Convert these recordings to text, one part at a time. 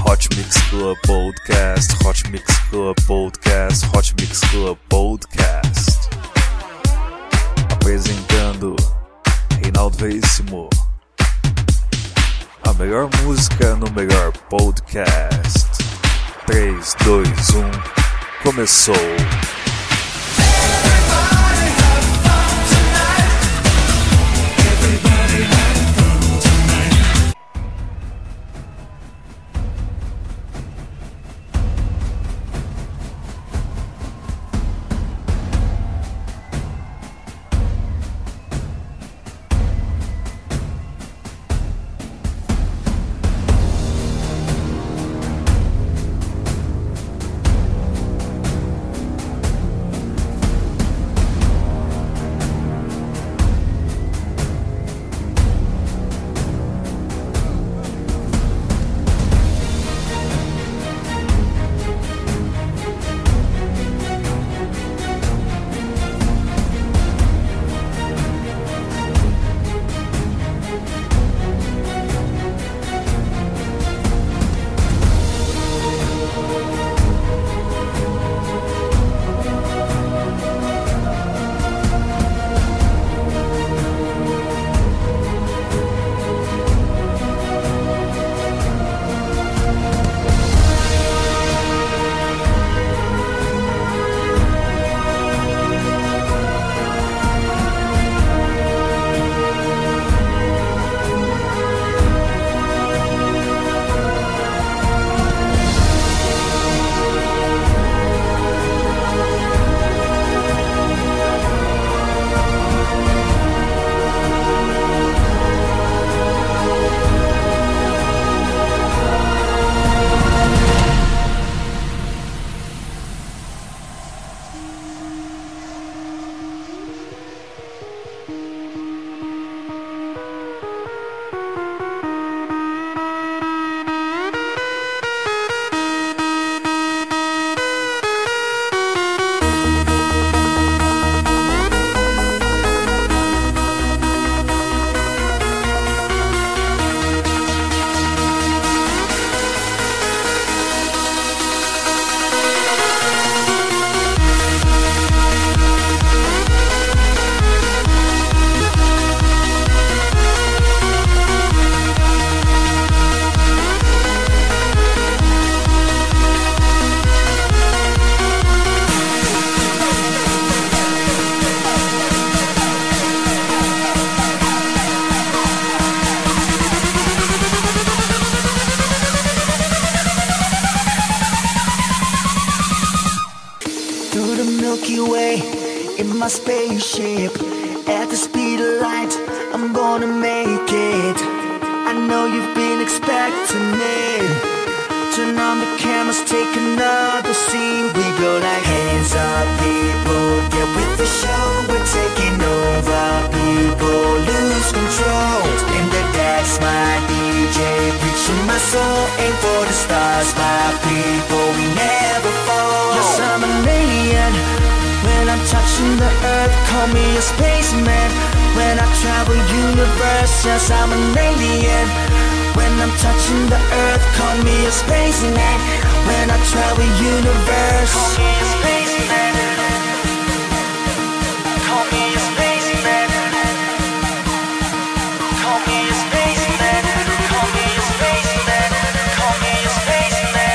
Hot Mix Club Podcast, Hot Mix Club Podcast, Hot Mix Club Podcast. Apresentando Reinaldo Veríssimo. A melhor música no melhor podcast. 3, 2, 1, começou! Spaceship at the speed of light, I'm gonna make it. I know you've been expecting it. Turn on the cameras, take another scene. We go like hands up, people, get with the show. We're taking over, people lose control. In the decks, my DJ preaching my soul. Aim for the stars, my people, we never fall. Yes, I'm an alien. When I'm touching the earth, call me a spaceman. When I travel universe, yes, I'm an alien. When I'm touching the earth, call me a spaceman. When I travel universe, call me a spaceman. Call me a spaceman. Call me a spaceman. Call me a spaceman. Call me a spaceman.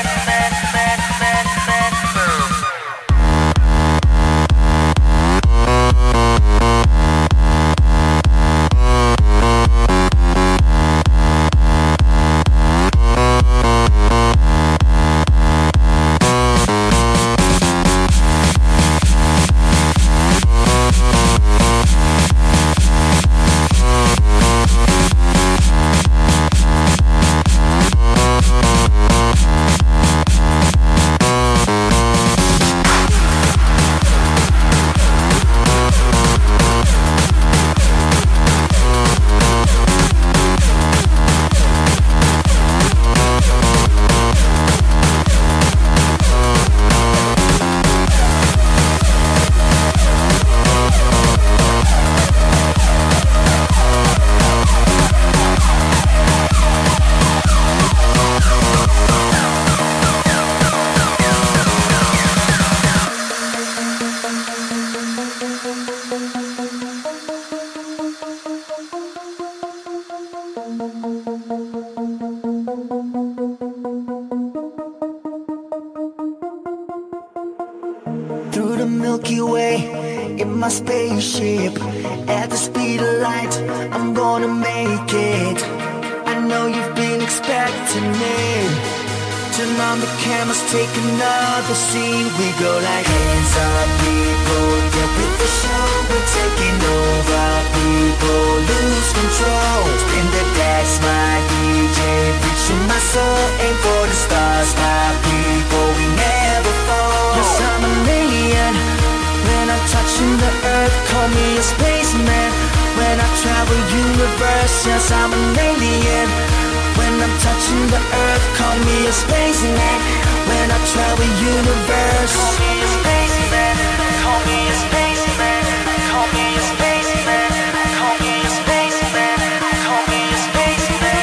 Milky Way in my spaceship. At the speed of light, I'm gonna make it. I know you've been expecting me. Turn on the cameras, take another scene. We go like hands up, people, get with the show. We're taking over, people, lose control. Spin the decks, my DJ, reaching my soul. Aim for the stars, my people, we never fall. Yes, I'm an alien. When I'm touching the earth, call me a spaceman. When I travel universe, yes, I'm an alien. When I'm touching the earth, call me a spaceman. When I travel universe, call me a spaceman. Call me a spaceman. Call me a spaceman. Call me a spaceman. Call me a spaceman.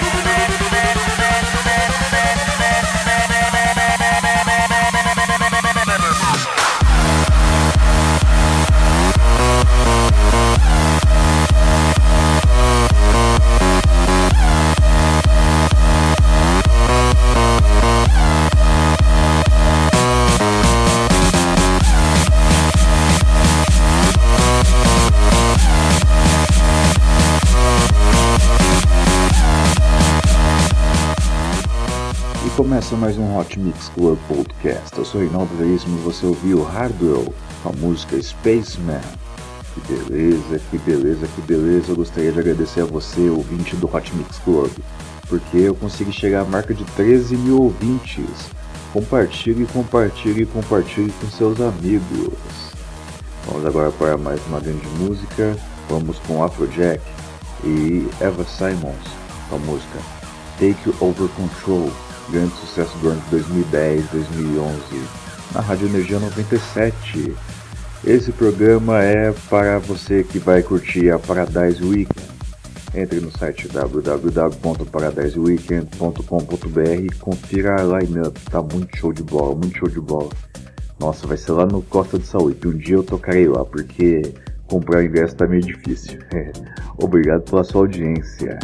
Começa mais um Hot Mix Club Podcast. Eu sou Reinaldo Veríssimo e você ouviu Hardwell, a música Spaceman. Que beleza, que beleza, que beleza. Eu gostaria de agradecer a você, ouvinte do Hot Mix Club, porque eu consegui chegar à marca de 13 mil ouvintes. Compartilhe, compartilhe, compartilhe com seus amigos. Vamos agora para mais uma grande música. Vamos com Afrojack e Eva Simons, com a música Take Over Control. Grande sucesso do ano de 2010, 2011, na Rádio Energia 97. Esse programa é para você que vai curtir a Paradise Weekend. Entre no site www.paradiseweekend.com.br e confira a line-up, tá muito show de bola, muito show de bola. Nossa, vai ser lá no Costa do Sauípe, um dia eu tocarei lá, porque comprar o ingresso tá meio difícil. Obrigado pela sua audiência.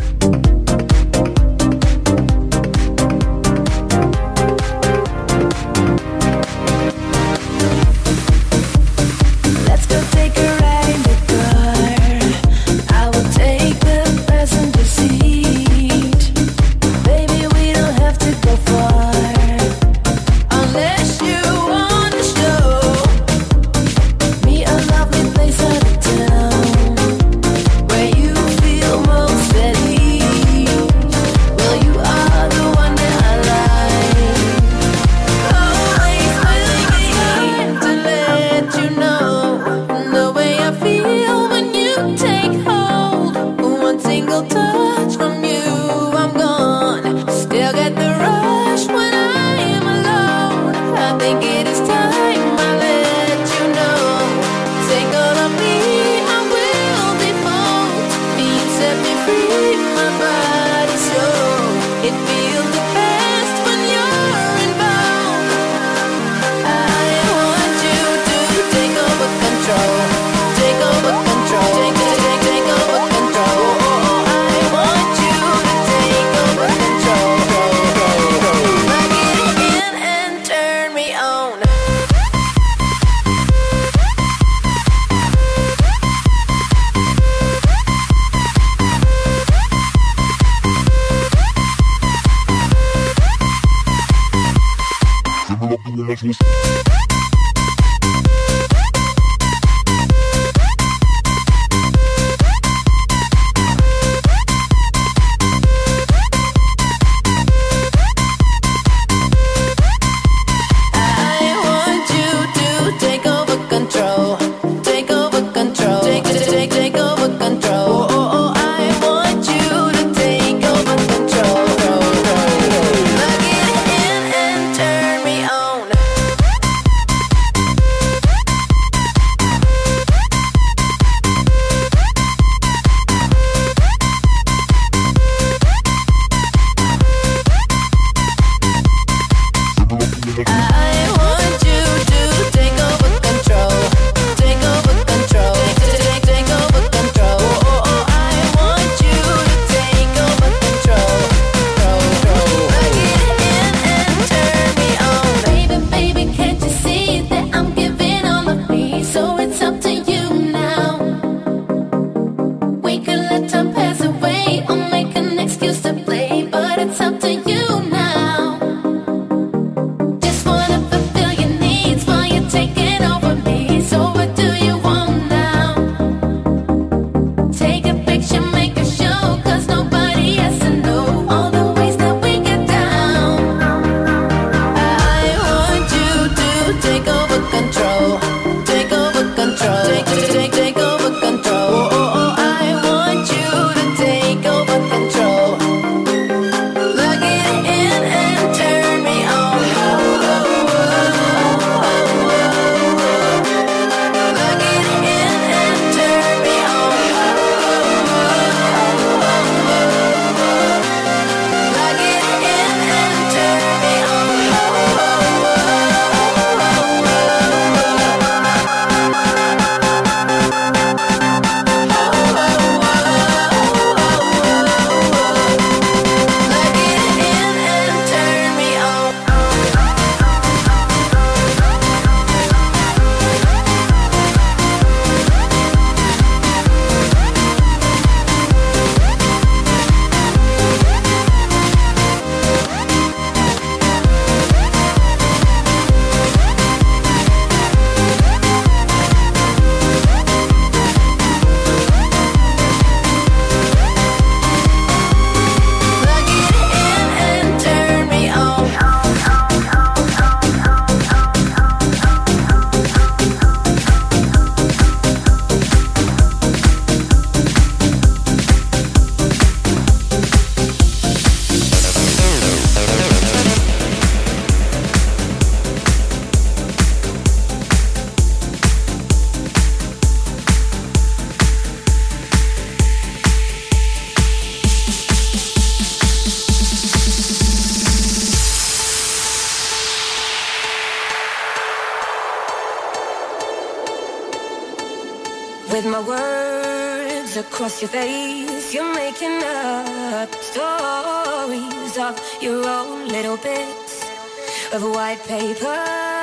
with my words across your face. You're making up stories of your own little bits of white paper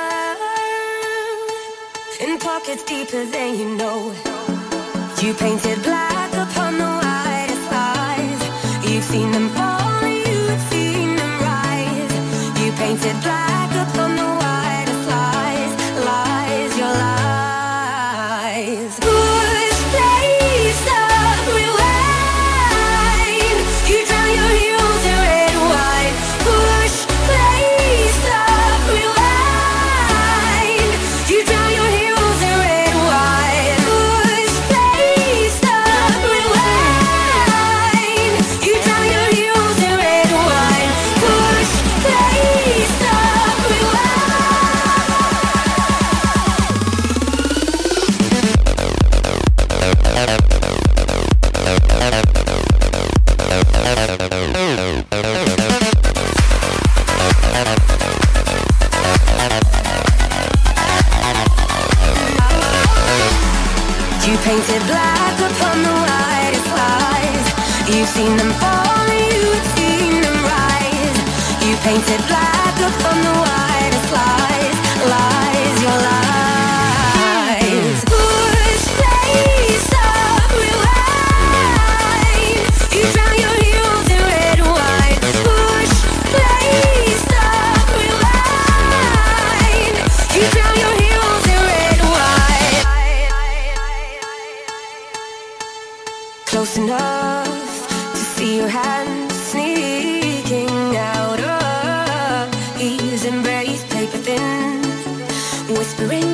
in pockets deeper than you know. You painted black upon the whitest lies. You've seen them fall, you've seen them rise. You painted black upon the whitest lies, lies, your lies. Push play, stop, rewind. You drown your heroes in red and white. Push play, stop, rewind. You drown your heroes in red and white. Push play, stop, rewind. You drown your heroes in red and white. Push play, stop, rewind. You painted black upon the whitest lies. You've seen them fall, you've seen them rise. You painted black upon the whitest lies, lies, your lies. Push play, stop, rewind. You drown your heroes in red and white. Push play, stop, rewind. You drown your heroes in red and white. Close enough to see your hand sneaking out of his embrace, paper thin, whispering,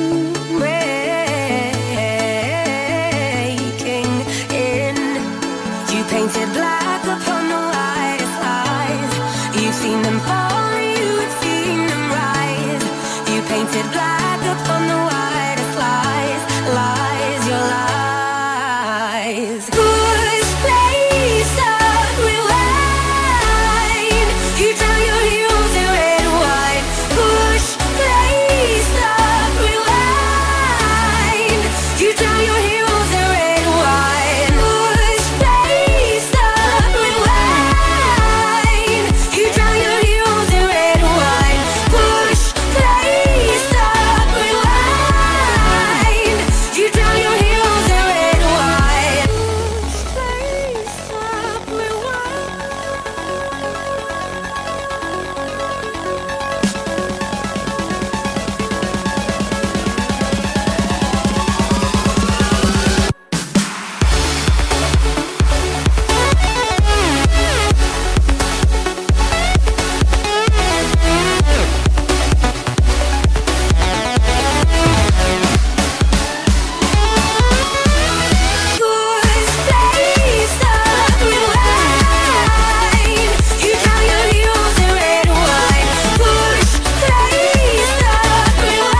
breaking in. You painted black upon the whitest lies. You've seen them fall, you've seen them rise. You painted black upon the whitest lies, lies, your lies. Push play, stop, rewind. You drown your heroes in red and white. Push play, stop, rewind. You drown your heroes in red and white. Push play, stop, rewind. You drown your heroes in red and white. Push play, stop, rewind. You drown your heroes in red and white. Push play, stop, rewind. Push play, stop, rewind. You drown your heroes in red and white. Push play, stop,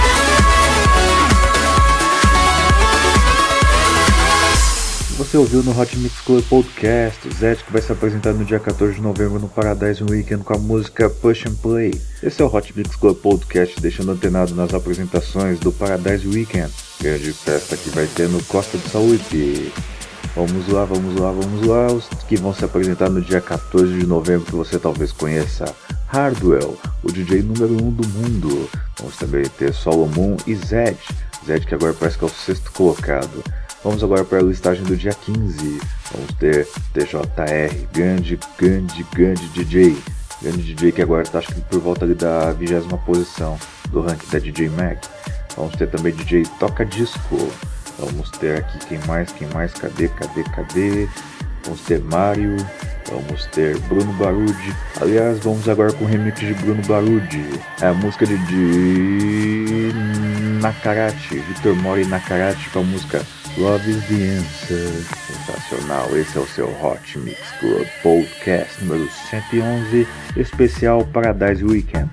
rewind. Você ouviu no Hot Mix Club Podcast o Zed, que vai se apresentar no dia 14 de novembro no Paradise Weekend com a música Push and Play. Esse é o Hot Mix Club Podcast, deixando antenado nas apresentações do Paradise Weekend, grande festa que vai ter no Costa do Sauípe. Vamos lá, os que vão se apresentar no dia 14 de novembro, que você talvez conheça: Hardwell, o DJ número 1 do mundo. Vamos também ter Solomon e Zed, que agora parece que é o 6º colocado. Vamos agora para a listagem do dia 15. Vamos ter TJR, grande DJ. Grande DJ que agora está, acho que por volta ali da 20ª posição do ranking da DJ Mag. Vamos ter também DJ Toca Disco. Vamos ter aqui quem mais? Cadê? Vamos ter Mário. Vamos ter Bruno Barudi. Aliás, vamos agora com o remix de Bruno Barudi. É a música de Nakarate, Victor Mori Nakarate, com a música Love is the Answer. Sensacional, esse é o seu Hot Mix Club Podcast número 111, especial Paradise Weekend.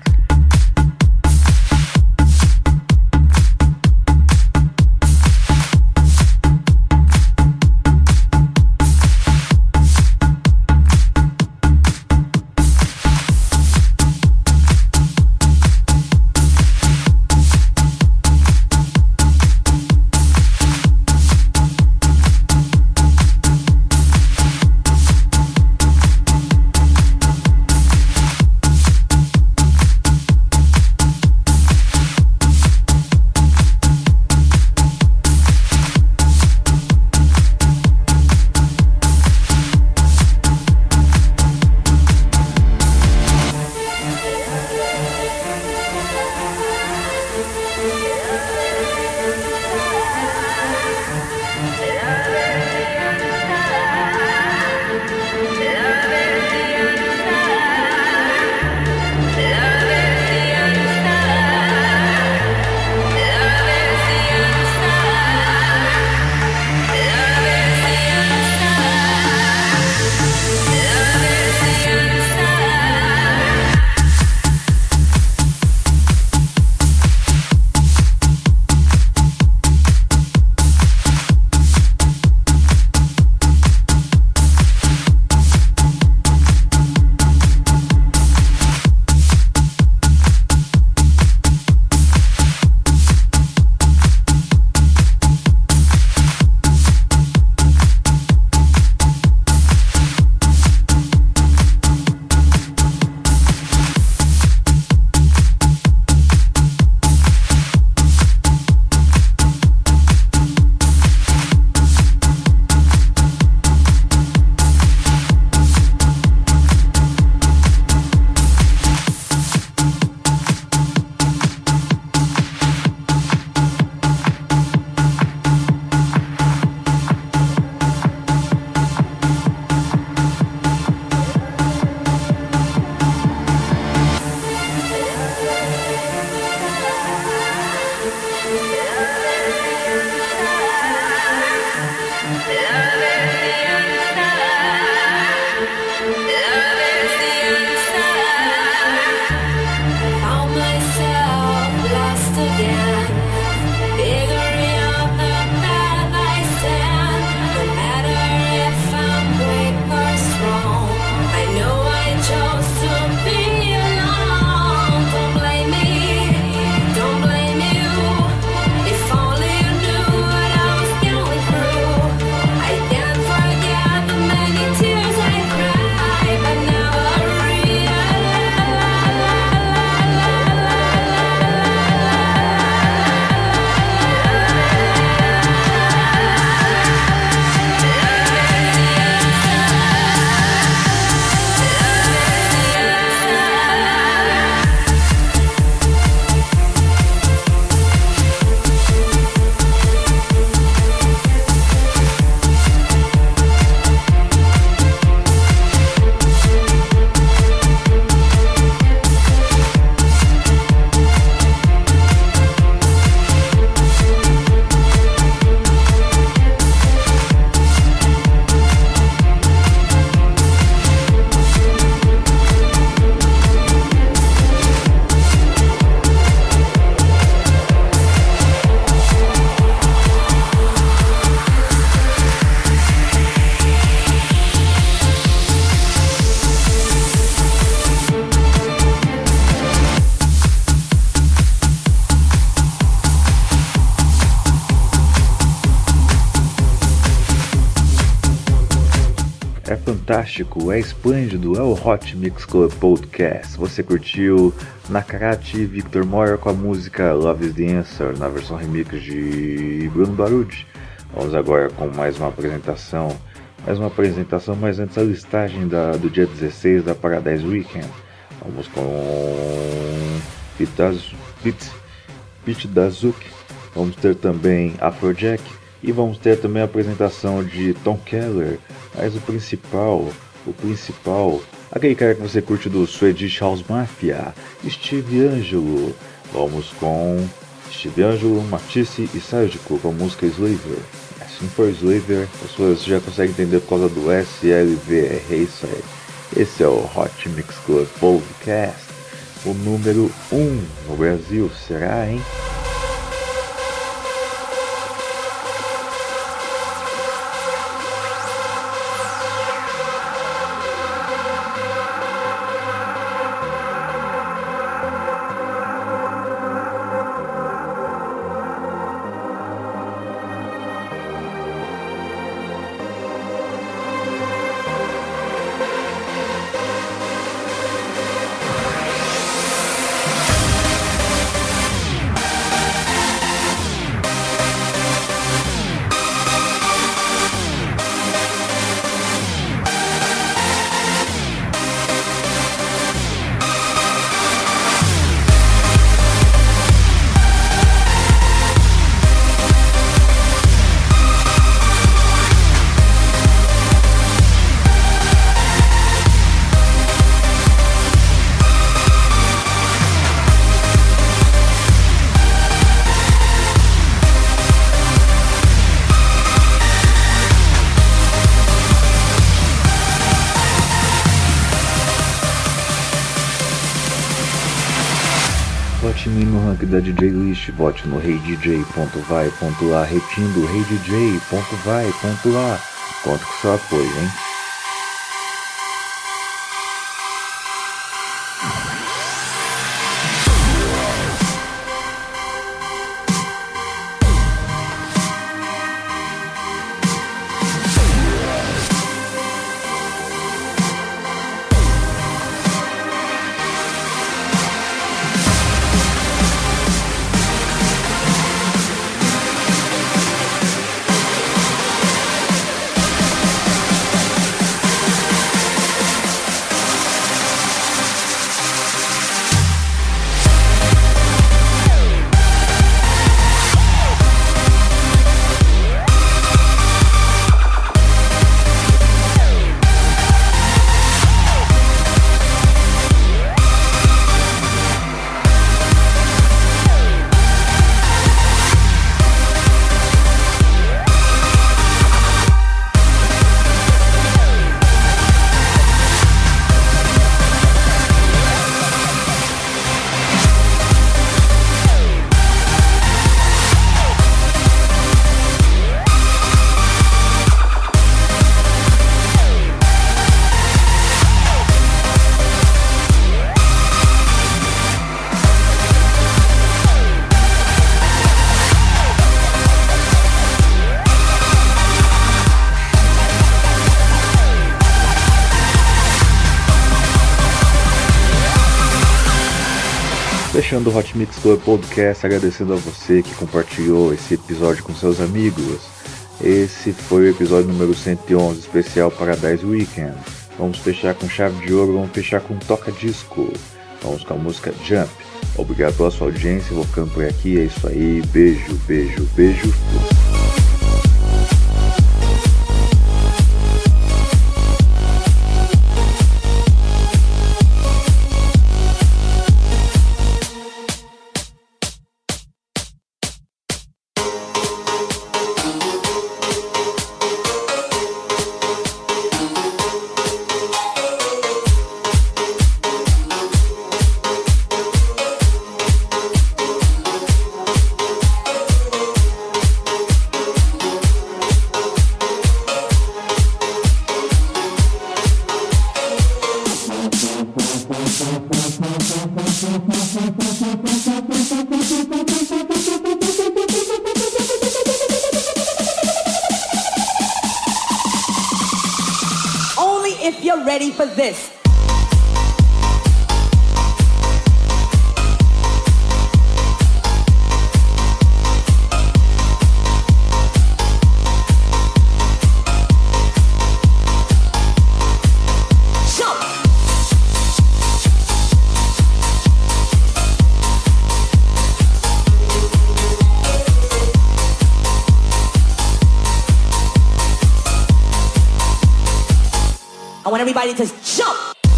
fantástico, é esplêndido, é o Hot Mix Club Podcast. Você curtiu Nakarate e Victor Moyer com a música Love is the Answer, na versão remix de Bruno Barudi. Vamos agora com mais uma apresentação, mas antes a listagem do dia 16 da Paradise Weekend. Vamos com Pete Dazuki, vamos ter também Afrojack e vamos ter também a apresentação de Tom Keller, mas o principal, aquele cara que você curte do Swedish House Mafia, Steve Angelo. Vamos com Steve Angelo, Matisse e Ságico com a música Slaver. Assim for Slaver, você já consegue entender por causa do SLV, é isso aí. Esse é o Hot Mix Club Podcast, o número 1 no Brasil, será, hein? Vote em mim no ranking da DJ List, vote no reidj.vai.lá, repetindo, reidj.vai.lá. Conto com seu apoio, hein? Fechando o Hot Mix Club Podcast, agradecendo a você que compartilhou esse episódio com seus amigos. Esse foi o episódio número 111, especial Paradise Weekend. Vamos fechar com chave de ouro, vamos fechar com toca disco. Vamos com a música Jump. Obrigado pela sua audiência, vou ficando por aqui, é isso aí, beijo, beijo, beijo. you're ready for this. I want everybody to jump.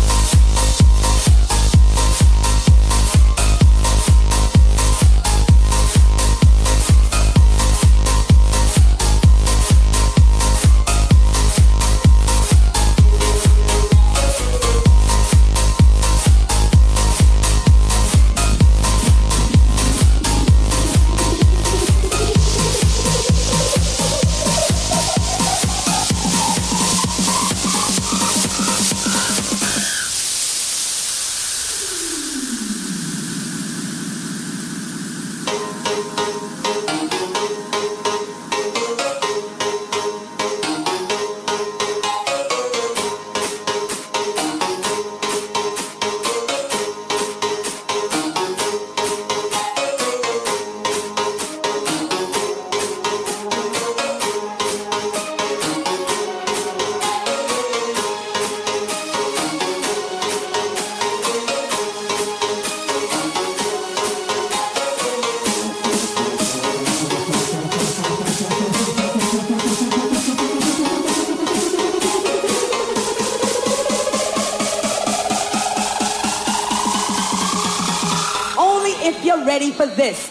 If you're ready for this.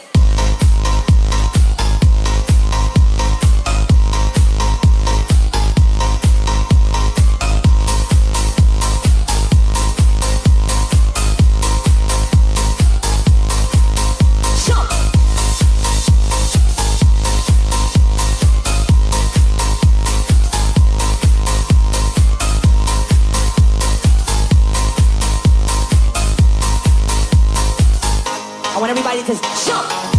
I want everybody to jump.